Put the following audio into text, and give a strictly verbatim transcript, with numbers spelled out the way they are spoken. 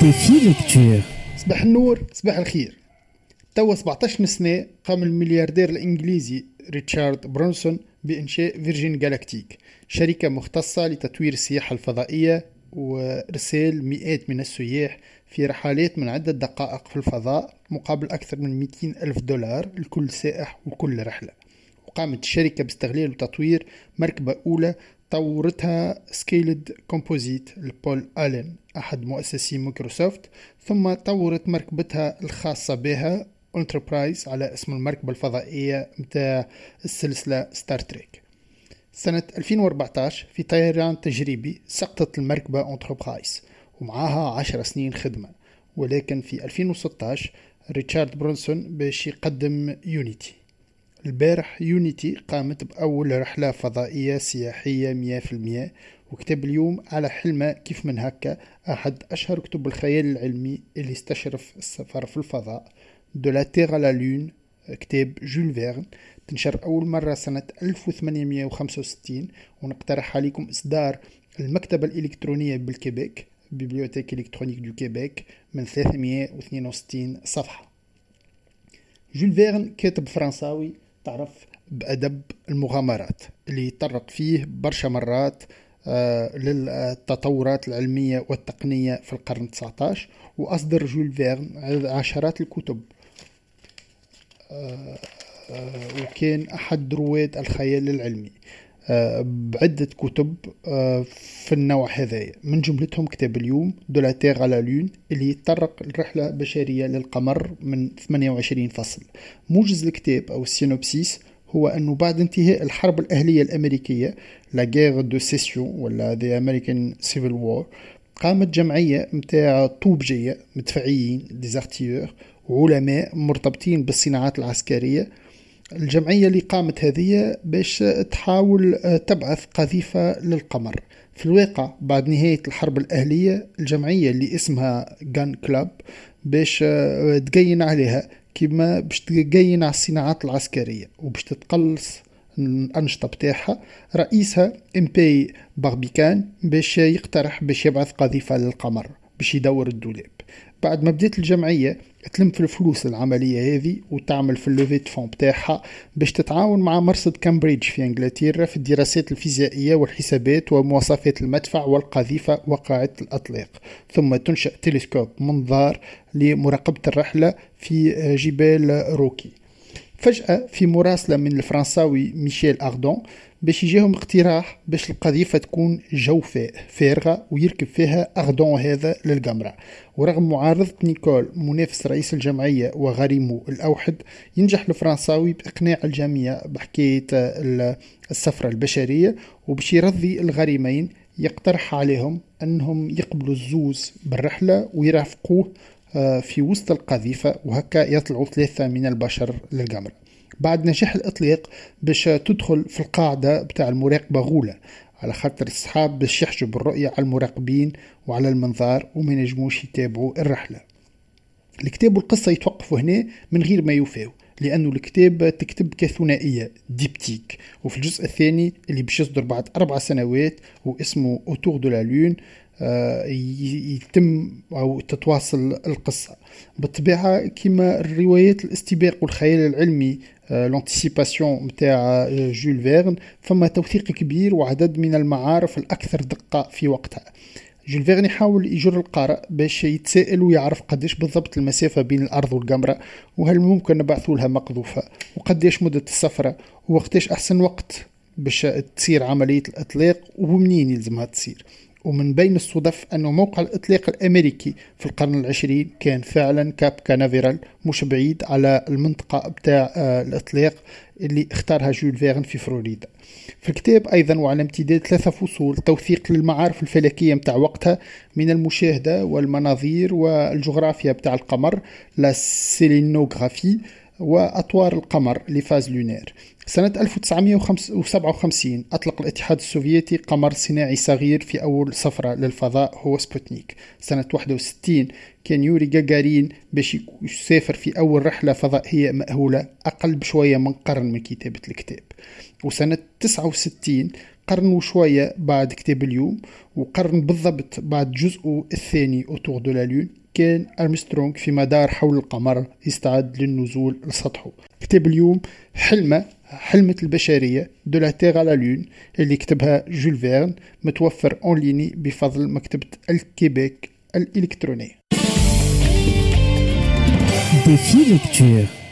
Défi lecture. صباح النور، صباح الخير. توا سبعطاش سنة قام الملياردير الإنجليزي ريتشارد برونسون بإنشاء فيرجين جالاكتيك، شركة مختصة لتطوير السياحة الفضائية وإرسال مئات من السياح في رحلات من عدة دقائق في الفضاء مقابل أكثر من مئتين ألف دولار لكل سائح وكل رحلة. وقامت الشركة باستغلال وتطوير مركبة أولى طورتها سكيلد كومبوزيت لبول آلين أحد مؤسسي مايكروسوفت، ثم طورت مركبتها الخاصة بها انتربرايز على اسم المركبة الفضائية متاع السلسلة ستار تريك. سنة ألفين وأربعطاش في طيران تجريبي سقطت المركبة انتربرايز ومعها عشر سنين خدمة، ولكن في ألفين وستطاش ريتشارد برونسون باش يقدم يونيتي. البارح يونيتي قامت بأول رحلة فضائية سياحية مية في المية، وكتب اليوم على حلمة كيف من هكا أحد أشهر كتب الخيال العلمي اللي استشرف السفر في الفضاء دو لا تيغ لا لون، كتاب جول فيرن، تنشر أول مرة سنة ألف وثمانمائة وخمسة وستين، ونقترح عليكم إصدار المكتبة الإلكترونية بالكيبيك بيبليوتيك إلكترونيك دو كيبيك من ثلاثمائة واثنين وستين صفحة. جول فيرن كاتب فرنساوي تعرف بأدب المغامرات اللي يطرق فيه برشا مرات آه للتطورات العلمية والتقنية في القرن التسعطاش، وأصدر جول فيرن عشرات الكتب آه آه وكان أحد رواد الخيال العلمي آه بعدة كتب آه في النوع هذا، من جملتهم كتاب اليوم دو لا تيغ لا لون اللي يتطرق الرحلة بشرية للقمر من ثمانية وعشرين فصل. موجز الكتاب أو السينوبسيس هو أنه بعد انتهاء الحرب الأهلية الأمريكية لا guerre de sécession ولا the American Civil War، قامت جمعية متاع طوبجية مدفعيين ديزارتيور وعلماء مرتبطين بالصناعات العسكرية. الجمعية اللي قامت هذه باش تحاول تبعث قذيفة للقمر. في الواقع بعد نهاية الحرب الأهلية الجمعية اللي اسمها جان كلاب باش تقين عليها كما باش تقين على الصناعات العسكرية وباش تتقلص الأنشطة بتاعها. رئيسها إمبي باربيكان باش يقترح باش يبعث قذيفة للقمر باش يدور الدولاب. بعد ما بدأت الجمعية تلم في الفلوس العملية هذه وتعمل في اللوفيت فون بتاعها باش تتعاون مع مرصد كامبريدج في انجلترا في الدراسات الفيزيائية والحسابات ومواصفات المدفع والقذيفة وقاعدة الأطلاق، ثم تنشأ تلسكوب منظار لمراقبة الرحلة في جبال روكي. فجأة في مراسلة من الفرنساوي ميشيل أردون باش يجيهم اقتراح باش القذيفة تكون جوفاء فارغة ويركب فيها أردون هذا للقمرة. ورغم معارضة نيكول منافس رئيس الجمعية وغريمه الأوحد، ينجح الفرنساوي بإقناع الجميع بحكاية السفرة البشرية، وباش يرضي الغريمين يقترح عليهم أنهم يقبلوا الزوز بالرحلة ويرافقوه في وسط القذيفة، وهكا يطلعوا ثلاثة من البشر للقمر. بعد نجاح الإطلاق باش تدخل في القاعدة بتاع المراقبة غولة، على خاطر الصحاب باش يحجب الرؤية على المراقبين وعلى المنظار وما ينجموش يتابعوا الرحلة. الكتاب والقصة يتوقفوا هنا من غير ما يوفاو، لأنه الكتاب تكتب كثنائية ديبتيك، وفي الجزء الثاني اللي باش يصدر بعد أربع سنوات واسمه أوتور دو لا لون يتم أو تتواصل القصة. بالطبيعة كما الروايات الاستباق والخيال العلمي لانتيسيباسيون متاع جول فيرن، فما توثيق كبير وعدد من المعارف الأكثر دقة في وقتها. جول فيرن يحاول يجر القارئ باش يتساءل ويعرف قديش بالضبط المسافة بين الأرض والقمرة، وهل ممكن نبعثوا لها مقذوفة، وقديش مدة السفرة، ووقتاش أحسن وقت باش تصير عملية الإطلاق ومنين يلزمها تصير. ومن بين الصدف أنه موقع الإطلاق الأمريكي في القرن العشرين كان فعلا كاب كانافيرال، مش بعيد على المنطقة بتاع الإطلاق اللي اختارها جول فيرن في فلوريدا. في الكتاب أيضا وعلى امتداد ثلاثة فصول توثيق للمعارف الفلكية متاع وقتها من المشاهدة والمناظير والجغرافيا بتاع القمر لا سيلينوغرافي وأطوار القمر لفاز لونير. سنة ألف وتسعمائة وسبعة وخمسين أطلق الاتحاد السوفيتي قمر صناعي صغير في أول سفرة للفضاء هو سبوتنيك. سنة واحد وستين كان يوري جاجارين باش يسافر في أول رحلة فضائية مأهولة أقل بشوية من قرن من كتابة الكتاب. وسنة تسعة وستين قرن وشوية بعد كتاب اليوم، وقرن بالضبط بعد جزء الثاني أوتور دو لا لون، كان أرمسترونغ في مدار حول القمر يستعد للنزول لسطحه. كتاب اليوم حلمة حلمة البشرية دو لا تيغ على لون اللي كتبها جول فيرن، متوفر اون ليني بفضل مكتبة الكيبيك الإلكترونية. Défi lecture.